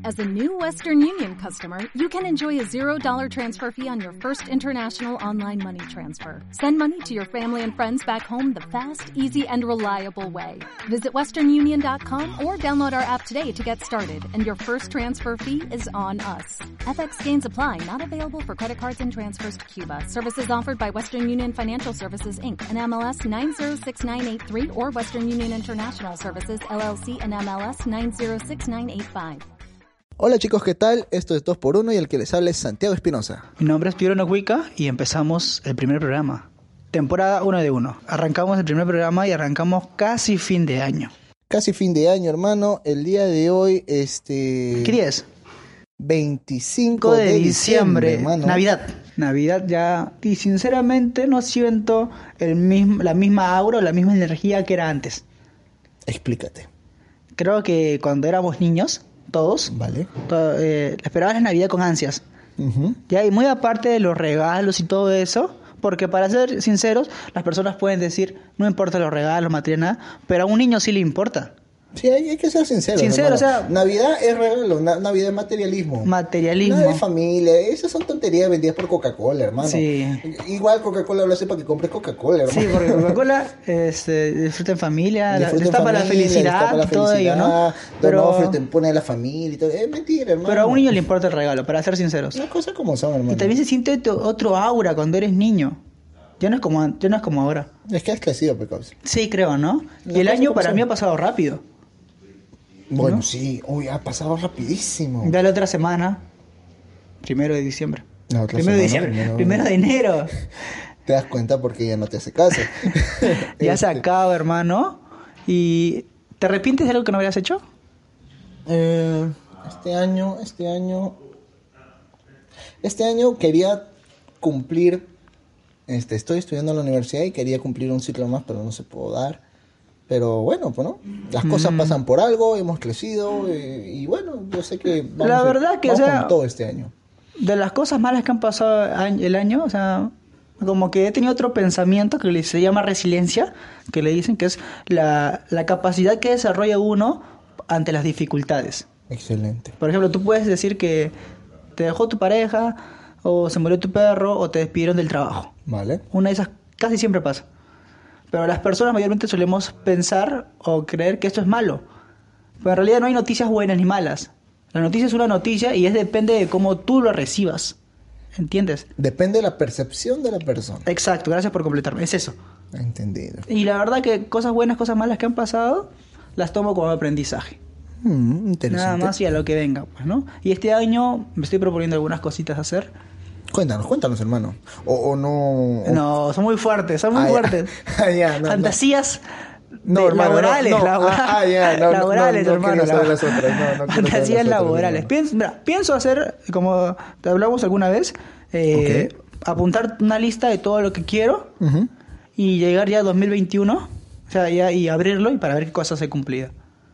As a new Western Union customer, you can enjoy a $0 transfer fee on your first international online money transfer. Send money to your family and friends back home the fast, easy, and reliable way. Visit westernunion.com or download our app today to get started, and your first transfer fee is on us. FX gains apply, not available for credit cards and transfers to Cuba. Services offered by Western Union Financial Services, Inc., and MLS 906983, or Western Union International Services, LLC, and MLS 906985. Hola chicos, ¿qué tal? Esto es 2x1 y el que les habla es Santiago Espinosa. Mi nombre es Piero Nohuica y empezamos el primer programa. Temporada 1 de 1. Arrancamos el primer programa y arrancamos casi fin de año. Casi fin de año, hermano. El día de hoy, ¿Qué día es? 25 de diciembre, hermano. Navidad ya. Y sinceramente no siento la misma aura o la misma energía que era antes. Explícate. Creo que cuando éramos niños, todos, Vale. Esperabas la Navidad con ansias. Uh-huh. Ya, y muy aparte de los regalos y todo eso, porque para ser sinceros, las personas pueden decir, no importa los regalos, material, nada, pero a un niño sí le importa. Sí, hay que ser sinceros. Sincero, hermano. o sea, Navidad es regalo, Navidad es materialismo. Materialismo. Nada de familia, esas son tonterías vendidas por Coca-Cola, hermano. Sí. Igual Coca-Cola lo hace para que compres Coca-Cola, hermano. Sí, porque Coca-Cola disfruta en familia, está para la felicidad, todo ello, ¿no? Pero te pone a la familia y todo. Es mentira, hermano. Pero a un niño le importa el regalo, para ser sinceros. Las cosas como son, hermano. Y también se siente otro aura cuando eres niño. Ya no es como ahora. Es que has crecido, pecos. Sí, creo, ¿no? Y el año para mí ha pasado rápido. Bueno, ¿no? Sí. Uy, ha pasado rapidísimo. Ya la otra semana, 1 de diciembre. La otra 1 semana, de diciembre, 1 de enero. Te das cuenta porque ya no te hace caso. Ya se acaba, hermano. ¿Y te arrepientes de algo que no habrías hecho? Este año quería cumplir. Estoy estudiando en la universidad y quería cumplir un ciclo más, pero no se pudo dar. Pero bueno, pues no, las cosas pasan por algo, hemos crecido y bueno, yo sé que vamos con todo este año. De las cosas malas que han pasado el año, o sea, como que he tenido otro pensamiento que se llama resiliencia, que le dicen que es la capacidad que desarrolla uno ante las dificultades. Excelente. Por ejemplo, tú puedes decir que te dejó tu pareja, o se murió tu perro, o te despidieron del trabajo. Vale. Una de esas casi siempre pasa. Pero las personas mayormente solemos pensar o creer que esto es malo. Pero en realidad no hay noticias buenas ni malas. La noticia es una noticia y depende de cómo tú lo recibas. ¿Entiendes? Depende de la percepción de la persona. Exacto, gracias por completarme. Es eso. Entendido. Y la verdad que cosas buenas, cosas malas que han pasado, las tomo como aprendizaje. Interesante. Nada más y a lo que venga, pues, ¿no? Y este año me estoy proponiendo algunas cositas a hacer. Cuéntanos, hermano. O no... No, son muy fuertes, fuertes. No, Fantasías laborales, laborales, hermano. Fantasías laborales. Mira, Pienso hacer, como te hablamos alguna vez, apuntar una lista de todo lo que quiero y llegar ya a 2021, o sea, ya, y abrirlo y para ver qué cosas he cumplido.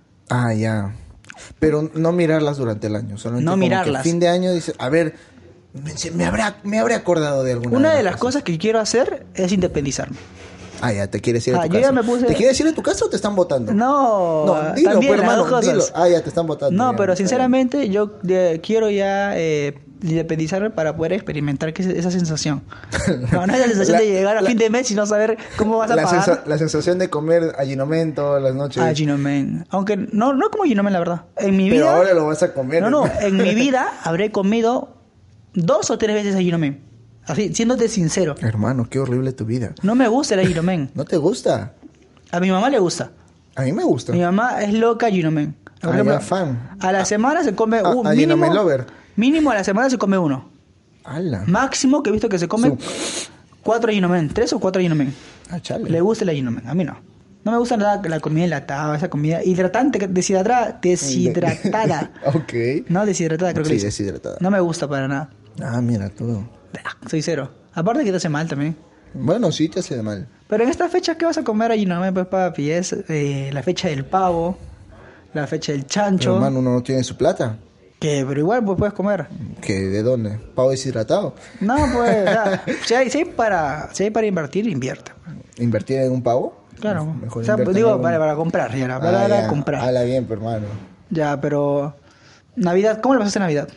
Ya. Pero no mirarlas durante el año, solamente no mirarlas. Que fin de año dices, a ver, me habré acordado de alguna. Una de las cosas que quiero hacer es independizarme. Ya te quieres ir a tu casa. Ya me puse... ¿Te quieres ir a tu casa o te están votando? No, dilo, también pues, hermano, las dos cosas. Dilo. Ya te están votando. No, ya, pero sinceramente yo quiero ya independizarme para poder experimentar esa sensación. No es la sensación de llegar a fin de mes y no saber cómo vas a pagar. La sensación de comer Ginomen todas las noches. Ginomen. Aunque no como Ginomen, la verdad. En mi vida... Pero ahora lo vas a comer. No, en mi vida habré comido 2 o 3 veces Ginomen. Así, siéndote sincero. Hermano, qué horrible tu vida. No me gusta el Ginomen. ¿No te gusta? A mi mamá le gusta. A mí me gusta. Mi mamá es loca Ginomen. Por ejemplo, fan. A la semana se come Ginomen lover. Mínimo a la semana se come 1. ¡Hala! Máximo que he visto que se come 4 Ginomen. 3 o 4 Ginomen. Chale. Le gusta el Ginomen. A mí no. No me gusta nada la comida enlatada, esa comida hidratante, deshidratada. Ok. No, deshidratada, creo que sí, dice. deshidratada. No me gusta para nada. Mira tú. Soy cero. Aparte que te hace mal también. Bueno, sí te hace mal. Pero en esta fecha, ¿qué vas a comer allí? No, pues papi, es la fecha del pavo, la fecha del chancho. Pero, hermano, uno no tiene su plata. Pero igual pues puedes comer. ¿De dónde? ¿Pavo deshidratado? No, pues, si hay para invertir, invierte. ¿Invertir en un pavo? Claro. Mejor digo, para comprar, ya la palabra comprar. Habla bien, hermano. Ya, pero Navidad, ¿cómo le pasaste Navidad?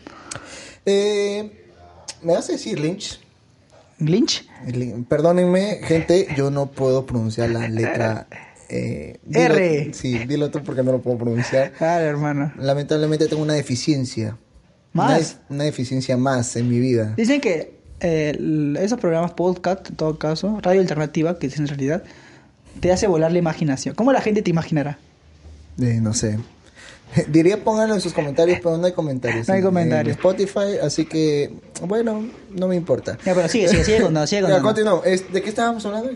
¿Me vas a decir Lynch? ¿Lynch? Perdónenme, gente, yo no puedo pronunciar la letra R. Sí, dilo tú porque no lo puedo pronunciar. Claro, hermano. Lamentablemente tengo una deficiencia. ¿Más? Una deficiencia más en mi vida. Dicen que esos programas podcast, en todo caso, radio alternativa, que es en realidad, te hace volar la imaginación. ¿Cómo la gente te imaginará? No sé. Diría pónganlo en sus comentarios, pero no hay comentarios. No hay comentarios. En Spotify, así que, bueno, no me importa. Ya, pero sigue contando, sigue Ya, contando. continuamos. ¿De qué estábamos hablando?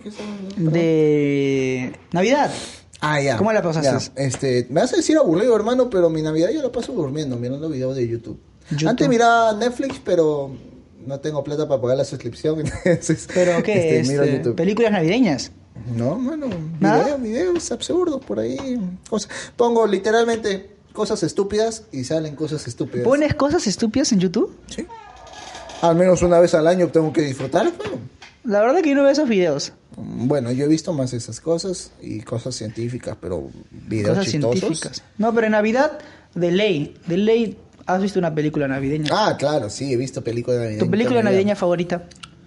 De Navidad. Ah, ya. ¿Cómo la pasaste? Ya, me vas a decir aburrido, hermano, pero mi Navidad yo la paso durmiendo, mirando videos de YouTube. YouTube. Antes miraba Netflix, pero no tengo plata para pagar la suscripción, entonces ¿Pero qué? miro YouTube. ¿Películas navideñas? No, bueno, ¿Nada? videos absurdos por ahí. Pongo literalmente cosas estúpidas y salen cosas estúpidas. ¿Pones cosas estúpidas en YouTube? Sí. Al menos una vez al año tengo que disfrutar, pero... La verdad que yo no veo esos videos. Bueno, yo he visto más esas cosas y cosas científicas, pero videos Cosas chistosos. científicas. No, pero en Navidad, de ley, ¿has visto una película navideña? Ah, claro, sí, he visto películas navideñas. ¿Tu película navideña favorita?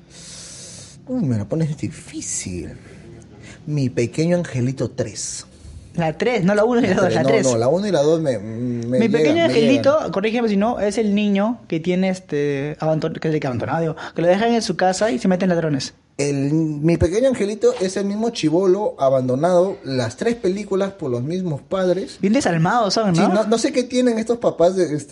Me la pones difícil. Mi pequeño angelito 3. La 3, no la 1 ni la 2, la 3. No, la 1 y la 2 me Mi pequeño angelito, corrígeme si no, es el niño que tiene abandonado, que lo dejan en su casa y se meten ladrones. Mi pequeño angelito es el mismo chibolo abandonado, las 3 películas por los mismos padres. Bien desalmados son, ¿no? Sí, no sé qué tienen estos papás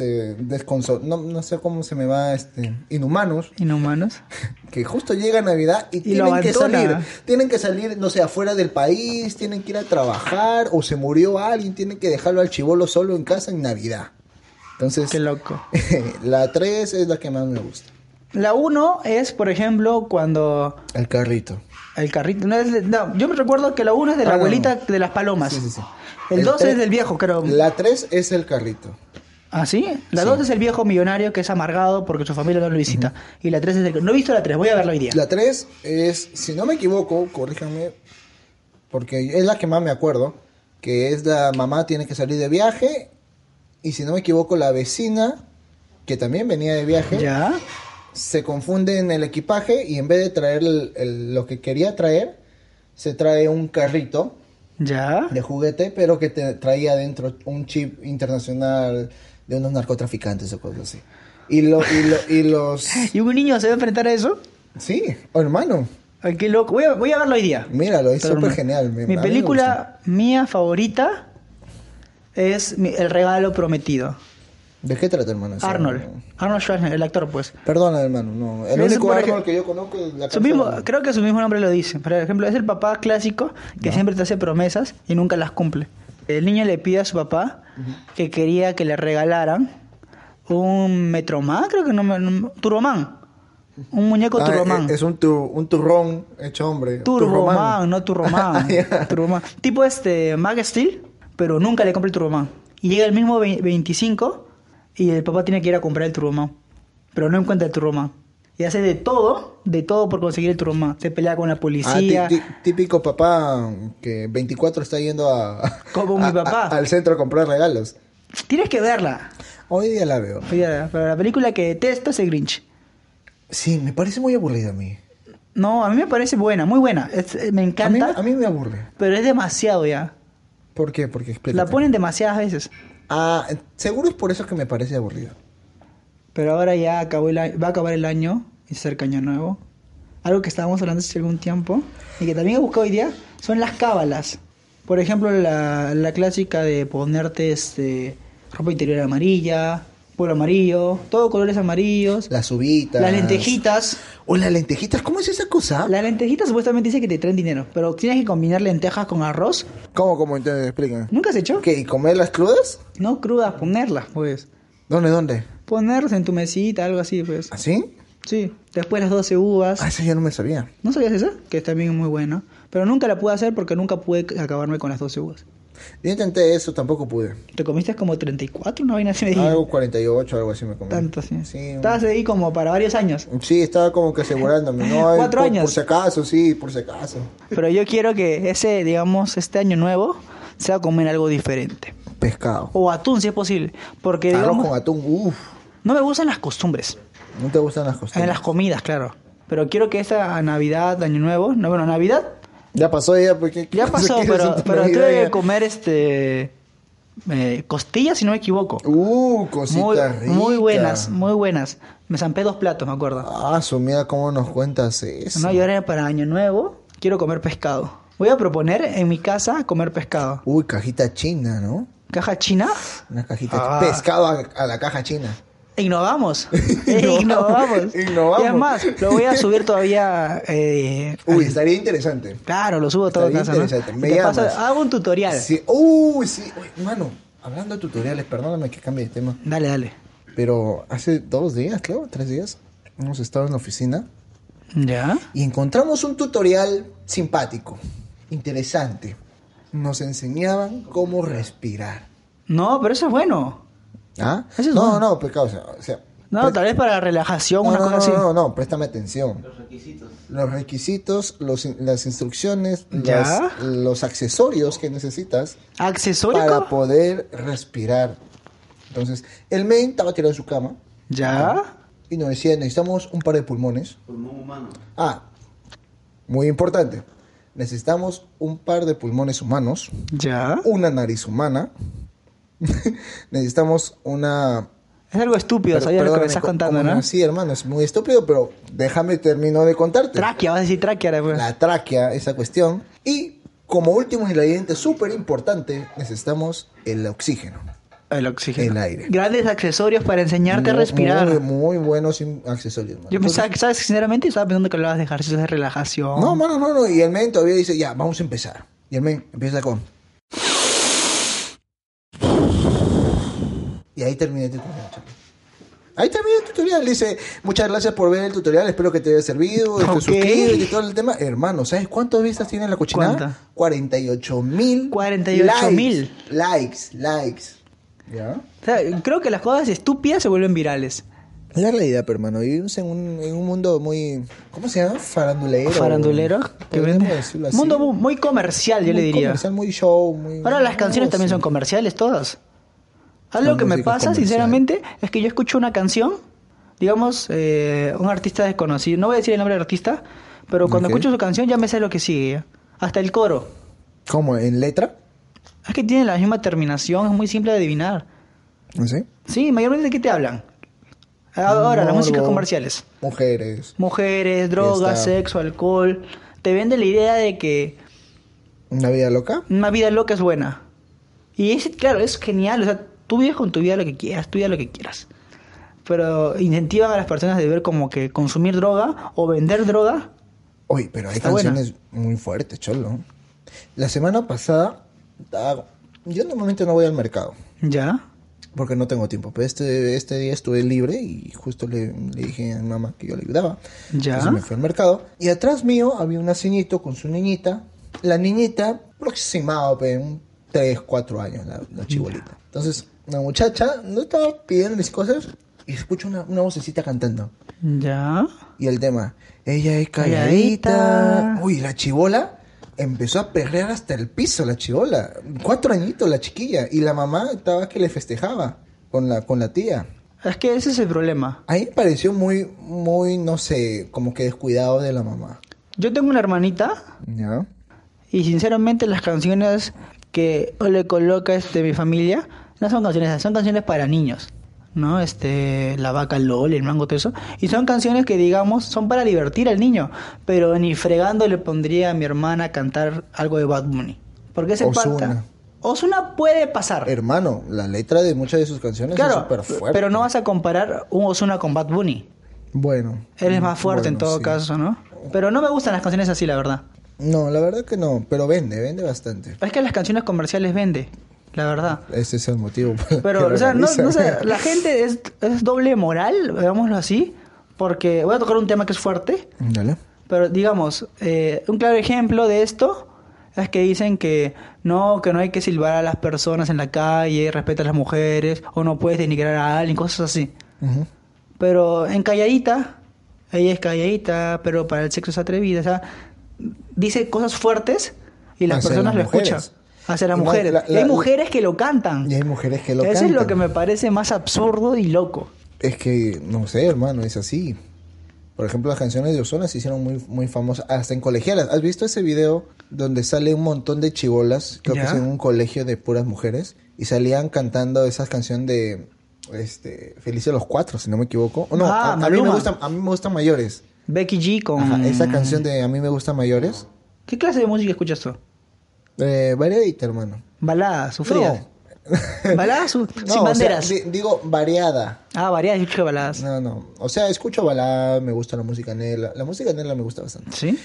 no sé cómo se me va, inhumanos, Inhumanos. que justo llega Navidad y lo tienen que salir, no sé, afuera del país, tienen que ir a trabajar, o se murió alguien, tienen que dejarlo al chibolo solo en casa en Navidad. Entonces, Qué loco. la 3 es la que más me gusta. La 1 es, por ejemplo, cuando... El carrito. El carrito. No, yo me recuerdo que la 1 es de la abuelita de las palomas. Sí. El 2 es del viejo, creo. La 3 es el carrito. ¿Ah, sí? La 2 es el viejo millonario que es amargado porque su familia no lo visita. Y la 3 es el... No he visto la 3, voy a verla hoy día. La 3 es, si no me equivoco, corríjanme, porque es la que más me acuerdo, que es la mamá tiene que salir de viaje, y si no me equivoco, la vecina, que también venía de viaje, ¿Ya? se confunde en el equipaje y en vez de traer lo que quería traer, se trae un carrito ¿Ya? de juguete, pero que te traía dentro un chip internacional de unos narcotraficantes o cosas así. Y los... ¿Y un niño se va a enfrentar a eso? Sí, hermano. Ay, qué loco. Voy a verlo hoy día. Míralo, es Pero súper no. genial. Mi película mía favorita es El regalo prometido. ¿De qué trata, hermano? Arnold Schwarzenegger, el actor, pues. Perdona, hermano, no. El Es único por Arnold ej- que yo conozco es la Creo que su mismo nombre lo dice. Por ejemplo, es el papá clásico que siempre te hace promesas y nunca las cumple. El niño le pide a su papá que quería que le regalaran un Metroman, creo que Turboman. Un muñeco Turboman. Es un turrón hecho hombre. Turboman, no Turboman. Ya. Turboman. Tipo Mag Steel, pero nunca le compra el Turboman. Y llega el mismo 25 y el papá tiene que ir a comprar el Turboman. Pero no encuentra el Turboman. Y hace de todo por conseguir el Turboman. Se pelea con la policía. Típico papá que 24 está yendo Como mi papá. al centro a comprar regalos. Tienes que verla. Hoy día la veo. Oye, pero la película que detesto es el Grinch. Sí, me parece muy aburrida a mí. No, a mí me parece buena, muy buena. Me encanta, A mí me aburre. pero es demasiado ya. ¿Por qué? Porque explícate. La ponen demasiadas veces. Seguro es por eso que me parece aburrida. Pero ahora ya va a acabar el año y se acerca año nuevo. Algo que estábamos hablando hace algún tiempo y que también he buscado hoy día son las cábalas. Por ejemplo, la clásica de ponerte ropa interior amarilla, polo amarillo, todo colores amarillos. Las uvitas. Las lentejitas. O las lentejitas, ¿cómo es esa cosa? Las lentejitas supuestamente dice que te traen dinero, pero tienes que combinar lentejas con arroz. ¿Cómo? Entonces, explícame. ¿Nunca has hecho? ¿Qué? ¿Y comerlas crudas? No crudas, ponerlas, pues. ¿Dónde? Ponerlas en tu mesita, algo así, pues. ¿Así? Sí. Después las 12 uvas. Esa ya no me sabía. ¿No sabías esa? Que también es muy buena. Pero nunca la pude hacer porque nunca pude acabarme con las 12 uvas. Yo intenté eso, tampoco pude. ¿Te comiste como 34? Una vaina así me dije. Algo 48, algo así me comí. Tanto, sí. Sí, Estabas ahí como para varios años. sí, estaba como que asegurándome. No, 4 años. Por si acaso, sí, por si acaso. Pero yo quiero que este año nuevo sea comer algo diferente. Pescado. O atún, si es posible. Porque, Arroz digamos, con atún, uff. no me gustan las costumbres. ¿No te gustan las costumbres? En las comidas, claro. Pero quiero que esta Navidad, Año Nuevo... No, bueno, Navidad Ya pasó ya, porque... ya pasó, pero tuve que comer costillas, si no me equivoco. Cositas ricas. Muy buenas, muy buenas. Me zampé 2 platos, me acuerdo. Mira cómo nos cuentas eso. No, y ahora para Año Nuevo quiero comer pescado. Voy a proponer en mi casa comer pescado. Cajita china, ¿no? ¿Caja china? Una cajita pescado a la caja china. Innovamos. Innovamos. Y además, lo voy a subir todavía. Estaría interesante. Claro, lo subo todo en casa, interesante. ¿no? Me Te llamas. hago un tutorial. Sí. Sí. Mano, hablando de tutoriales, perdóname que cambie de tema. Dale. Pero hace 2 días, creo, 3 días, hemos estado en la oficina. ¿Ya? Y encontramos un tutorial simpático, interesante. Nos enseñaban cómo respirar. No, pero eso es bueno. ¿Ah? Eso es bueno. No, pecado, o sea... No, tal vez para relajación, una cosa así. No, préstame atención. Los requisitos, las instrucciones, ¿Ya? los accesorios que necesitas ¿Accesórico? para poder respirar. Entonces, el men estaba tirado en su cama. ¿Ya? Y nos decía, necesitamos un par de pulmones. Pulmón humano. Muy importante. Necesitamos un par de pulmones humanos. ¿Ya? Una nariz humana. Necesitamos una... Es algo estúpido, sabía lo que me estás contando, ¿no? Sí, hermano, es muy estúpido, pero déjame termino de contarte. Tráquea, vas a decir tráquea después. La tráquea, esa cuestión. Y como último ingrediente súper importante, necesitamos el oxígeno. El oxígeno. El aire. Grandes accesorios para enseñarte a respirar. Muy buenos accesorios, mano. Yo pensaba que, ¿sabes? Sinceramente, estaba pensando que hablabas de ejercicios de relajación. No, mano, no. Y el men todavía dice, ya, vamos a empezar. Y el men empieza con... Y ahí terminé el tutorial, chaval. Ahí terminé el tutorial. Dice, muchas gracias por ver el tutorial. Espero que te haya servido. Ok. Suscríbete y todo el tema. Hermano, ¿sabes cuántas vistas tiene la cochinada? ¿Cuánta? 48,000. 48,000. Likes. ¿Ya? O sea, creo que las cosas estúpidas se vuelven virales. Es la realidad, pero hermano. Vivimos en un mundo muy... ¿Cómo se llama? Farandulero. Farandulero. Que Podríamos vende. decirlo así. Mundo muy comercial, yo Muy le diría. comercial, muy show. Muy... Ahora las canciones No, también sí. son comerciales, todas. Algo La que me música pasa, comercial. sinceramente, es que yo escucho una canción, digamos, un artista desconocido. No voy a decir el nombre del artista, pero cuando Ok. escucho su canción ya me sé lo que sigue. ¿Ya? Hasta el coro. ¿Cómo? ¿En letra? Es que tiene la misma terminación, es muy simple de adivinar. ¿No sé? Sí, mayormente ¿de qué te hablan? Ahora, las Morbo, músicas comerciales. Mujeres. Mujeres, drogas, Fiesta. sexo, alcohol. Te vende la idea de que ¿Una vida loca? una vida loca es buena. Y es, claro, es genial. O sea, tú vives con tu vida lo que quieras, tú vives lo que quieras. Pero incentivan a las personas de ver como que consumir droga o vender droga. Oye, pero hay Está buena. canciones muy fuertes, cholo. La semana pasada, yo normalmente no voy al mercado, ¿Ya? porque no tengo tiempo. Pero este día estuve libre y justo le dije a mi mamá que yo le ayudaba. ¿Ya? Entonces me fui al mercado. Y atrás mío había un ancianito con su niñita. La niñita, aproximado, un 3, 4 años, la chibolita. Entonces, la muchacha no estaba pidiendo mis cosas y escucho una vocecita cantando. ¿Ya? Y el tema, ella es calladita. Calladita. Uy, la chibola empezó a perrear hasta el piso, la chibola. 4 añitos la chiquilla. Y la mamá estaba que le festejaba con la tía. Es que ese es el problema. A mí me pareció muy, no sé, como que descuidado de la mamá. Yo tengo una hermanita ¿Ya? y sinceramente las canciones que le coloca mi familia no son canciones, son canciones para niños. ¿No? La vaca Lol, el mango, todo eso. Y son canciones que, digamos, son para divertir al niño. Pero ni fregando le pondría a mi hermana a cantar algo de Bad Bunny. Porque ese Ozuna. pata... Ozuna puede pasar. Hermano, la letra de muchas de sus canciones es Claro, súper fuerte. pero no vas a comparar un Ozuna con Bad Bunny. Bueno. Él es más fuerte en bueno, todo sí. caso, ¿no? Pero no me gustan las canciones así, la verdad. No, la verdad que no, pero vende bastante. Es que las canciones comerciales vende, la verdad. Ese es el motivo. por el Pero, que o sea, no realiza. sé, la gente es doble moral, digámoslo así, porque voy a tocar un tema que es fuerte, Dale. pero digamos, un claro ejemplo de esto es que dicen que no hay que silbar a las personas en la calle, respeta a las mujeres, o no puedes denigrar a alguien, cosas así. Ujú. Pero en calladita, ella es calladita, pero para el sexo es atrevida, o sea, dice cosas fuertes y las Hacia personas lo mujeres. escuchan. hacia las Y más, mujeres. Y hay mujeres que lo cantan. Y hay mujeres que lo Eso cantan. es lo que me parece más absurdo y loco. Es que, no sé, hermano, es así. Por ejemplo, las canciones de Ozuna se hicieron muy, muy famosas, hasta en colegialas. ¿Has visto ese video donde sale un montón de chibolas, creo ¿Ya? que es en un colegio de puras mujeres, y salían cantando esas canciones de Felices los Cuatro, si no me equivoco? O no, a mí Maluma. a mí me gustan mayores. Becky G con... Ajá, esa canción de A mí me gustan mayores. ¿Qué clase de música escuchas tú? Variadita, hermano. Baladas, sufridas. No. Baladas No, sin o sea, banderas. digo variada. Variadas, yo escucho baladas. No. O sea, escucho balada, me gusta la música negra. La música negra me gusta bastante. ¿Sí?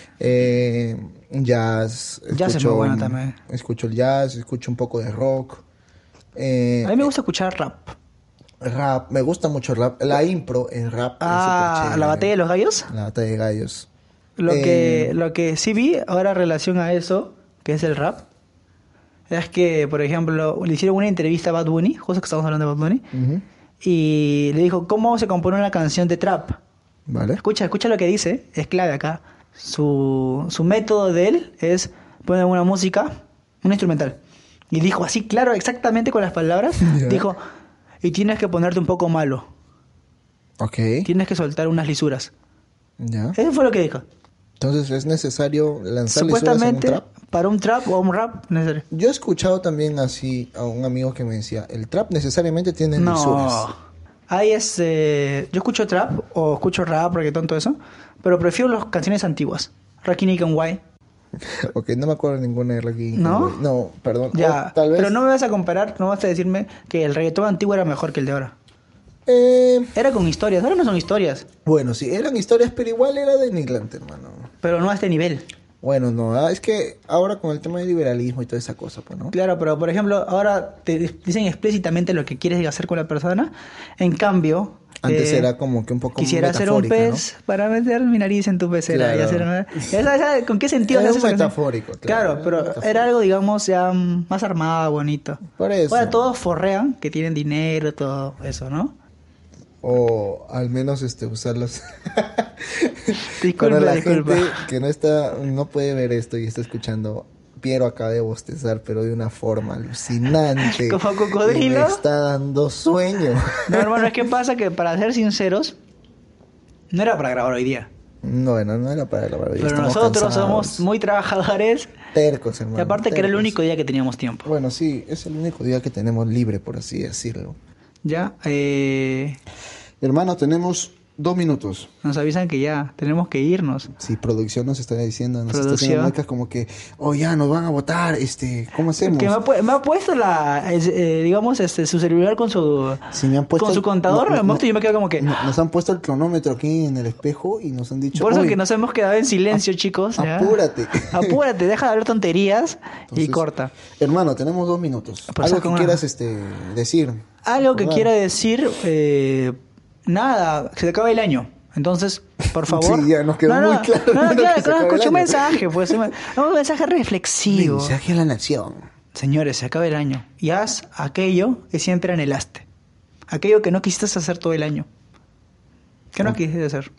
Jazz. Jazz es muy bueno también. Escucho el jazz, escucho un poco de rock. A mí me gusta escuchar rap. Rap, me gusta mucho el rap. La impro en rap es súper chévere. ¿La batalla de los gallos? La batalla de gallos. Lo que sí vi ahora en relación a eso, que es el rap, es que, por ejemplo, le hicieron una entrevista a Bad Bunny, justo que estamos hablando de Bad Bunny, Ujú. y le dijo, ¿cómo se compone una canción de trap? Vale. Escucha lo que dice, es clave acá. Su método de él es poner una música, un instrumental. Y dijo así, claro, exactamente con las palabras, Ya. dijo, y tienes que ponerte un poco malo, Ok. tienes que soltar unas lisuras. Ya. Eso fue lo que dijo. Entonces es necesario lanzar lisuras en un Supuestamente, trap. para un trap o un rap, necesario. Yo he escuchado también así a un amigo que me decía, el trap necesariamente tiene lisuras. No, ahí es... yo escucho trap o escucho rap, reggaetón, todo eso, pero prefiero las canciones antiguas. Rakim y White. Ok, no me acuerdo de ninguna de Rocky. ¿No? No, perdón. Ya, O tal vez... pero no me vas a comparar, no vas a decirme que el reggaetón antiguo era mejor que el de ahora. Eh, Era con historias, ahora no son historias, bueno, sí, eran historias, pero igual era denigrante, hermano. pero no a este nivel. Bueno, no, es que ahora con el tema del liberalismo y toda esa cosa, pues, ¿no? Claro, pero por ejemplo, ahora te dicen explícitamente lo que quieres hacer con la persona. En cambio, Antes era como que un poco quisiera hacer un metafórica, pez para meter mi nariz en tu pecera y Claro. hacer una... ¿Con qué sentido Era haces un eso? metafórico, Claro, claro, pero metafórico. era algo, digamos, ya más armado, bonito. Por eso. Ahora todos forrean que tienen dinero, todo eso, ¿no? O al menos usarlos. Disculpa, Para la disculpa. gente que no puede ver esto y está escuchando, Piero acaba de bostezar, pero de una forma alucinante. ¿Como cocodrilo? Y me está dando sueño. No, hermano, es que pasa que, para ser sinceros, no era para grabar hoy día. No, bueno, no era para grabar hoy. Pero Estamos nosotros cansados. somos muy trabajadores. Tercos, hermano. Y aparte que era el tercos. único día que teníamos tiempo. Bueno, sí, es el único día que tenemos libre, por así decirlo. Ya, Hermano, tenemos 2 minutos. nos avisan que ya tenemos que irnos. Si producción nos está diciendo, nos está Producción. haciendo muecas como que, oh, ya, nos van a votar, ¿cómo hacemos? Que me ha puesto digamos, su celular con su Sí, me han puesto con su contador, me ha puesto y yo me quedo como que... Nos han puesto el cronómetro aquí en el espejo y nos han dicho, Por eso "Oye, que nos hemos quedado en silencio, chicos. ¿ya? apúrate". Apúrate, deja de hablar tonterías y Entonces, corta. Hermano, tenemos 2 minutos. Pues Algo saca que una. quieras decir. Algo que Recordar. quiera decir, nada, se acaba el año. Entonces, por favor. Sí, ya nos quedó muy claro, No, hermano, claro, que se acaba el escucha un año. mensaje, pues. Un mensaje reflexivo. Mensaje a la nación. Señores, se acaba el año. Y haz aquello que siempre anhelaste. Aquello que no quisiste hacer todo el año. ¿Qué no quisiste hacer?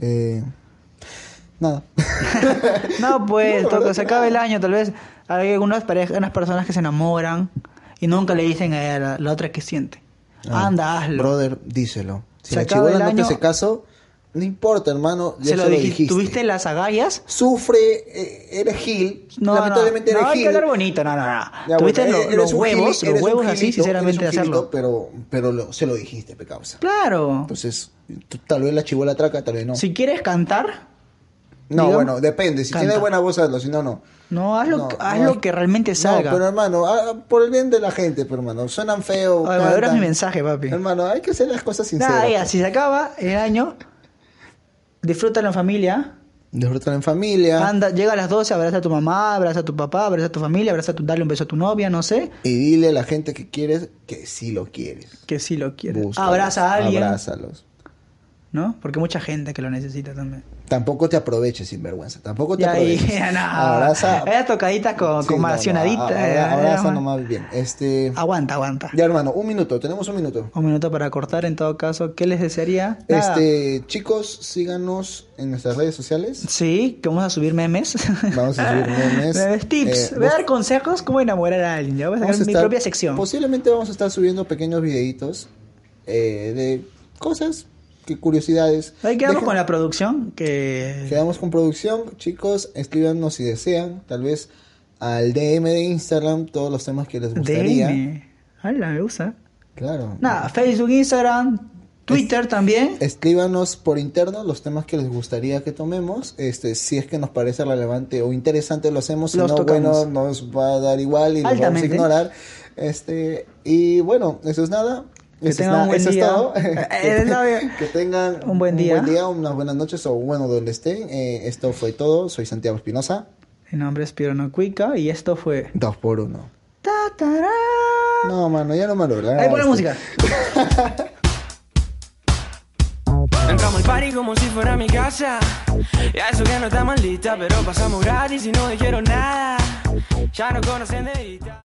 Nada. No, pues, No, la verdad se que acaba nada. el año. Tal vez hay unas personas que se enamoran y nunca le dicen a la otra que siente. Anda, hazlo. Brother, díselo. Si Se la acaba chibola el no te año. hace caso, no importa, hermano. Ya Se lo dijiste. ¿Tuviste las agallas? Sufre, eres Gil. No, lamentablemente no eres hay Gil. que hablar bonito, no. Ya, Tuviste bueno, los eres un huevos, gili- eres los huevos un así, gilito, sinceramente, de eres un hacerlo. gilito, pero se lo dijiste, pe causa. Claro. Entonces, tal vez la chibola traca, tal vez no. Si quieres cantar, No, digamos, bueno, depende. Si canta. tienes buena voz, hazlo. Si no, no. no, haz No, lo que realmente salga. No, pero hermano, por el bien de la gente, pero hermano, suenan feo. Ay, maduras cantan. mi mensaje, papi. Hermano, hay que hacer las cosas sinceras. Nada, ya, pues. si se acaba el año, disfruta en familia. Disfrutar en familia. Anda, llega a las 12, abraza a tu mamá, abraza a tu papá, abraza a tu familia, dale un beso a tu novia, no sé, Y dile a la gente que quieres que sí lo quieres. que sí lo quieres. Búscalos, Abraza a alguien. Abrázalos. ¿no? Porque hay mucha gente que lo necesita también. Tampoco te aproveches, sinvergüenza. Tampoco te Ya, y, aproveches. no. Abraza. Era tocadita con Sí, no, no, macionadita. abraza nomás bien. Aguanta. Ya, hermano, un minuto. Tenemos un minuto. Un minuto para cortar, en todo caso. ¿Qué les desearía? Nada. Chicos, síganos en nuestras redes sociales. Sí, que vamos a subir memes. Vamos a subir memes. Tips. Voy a dar consejos cómo enamorar a alguien. Ya voy a sacar mi propia sección. Posiblemente vamos a estar subiendo pequeños videitos de cosas, curiosidades. Ahí quedamos con la producción. Quedamos con producción. Chicos, escríbanos si desean. Tal vez al DM de Instagram todos los temas que les gustaría. DM. Hala, me gusta. Claro. Nada, Facebook, Instagram, Twitter también. Escríbanos por interno los temas que les gustaría que tomemos. Si es que nos parece relevante o interesante, lo hacemos. Si Los no, tocamos. bueno, nos va a dar igual y los vamos a Altamente. ignorar. Y bueno, eso es nada. Que tengan un buen día. Que tengan un buen día. Unas buenas noches o bueno, donde estén. Esto fue todo. Soy Santiago Espinosa. Mi nombre es Piero Nocuica y esto fue 2x1. Ta, tará. No, mano, ya no me lo Ahí pon la música. Entramos al party como si fuera mi casa. Ya eso que no está maldita, pero pasamos gratis y no dijeron nada. Ya no conocen de esta.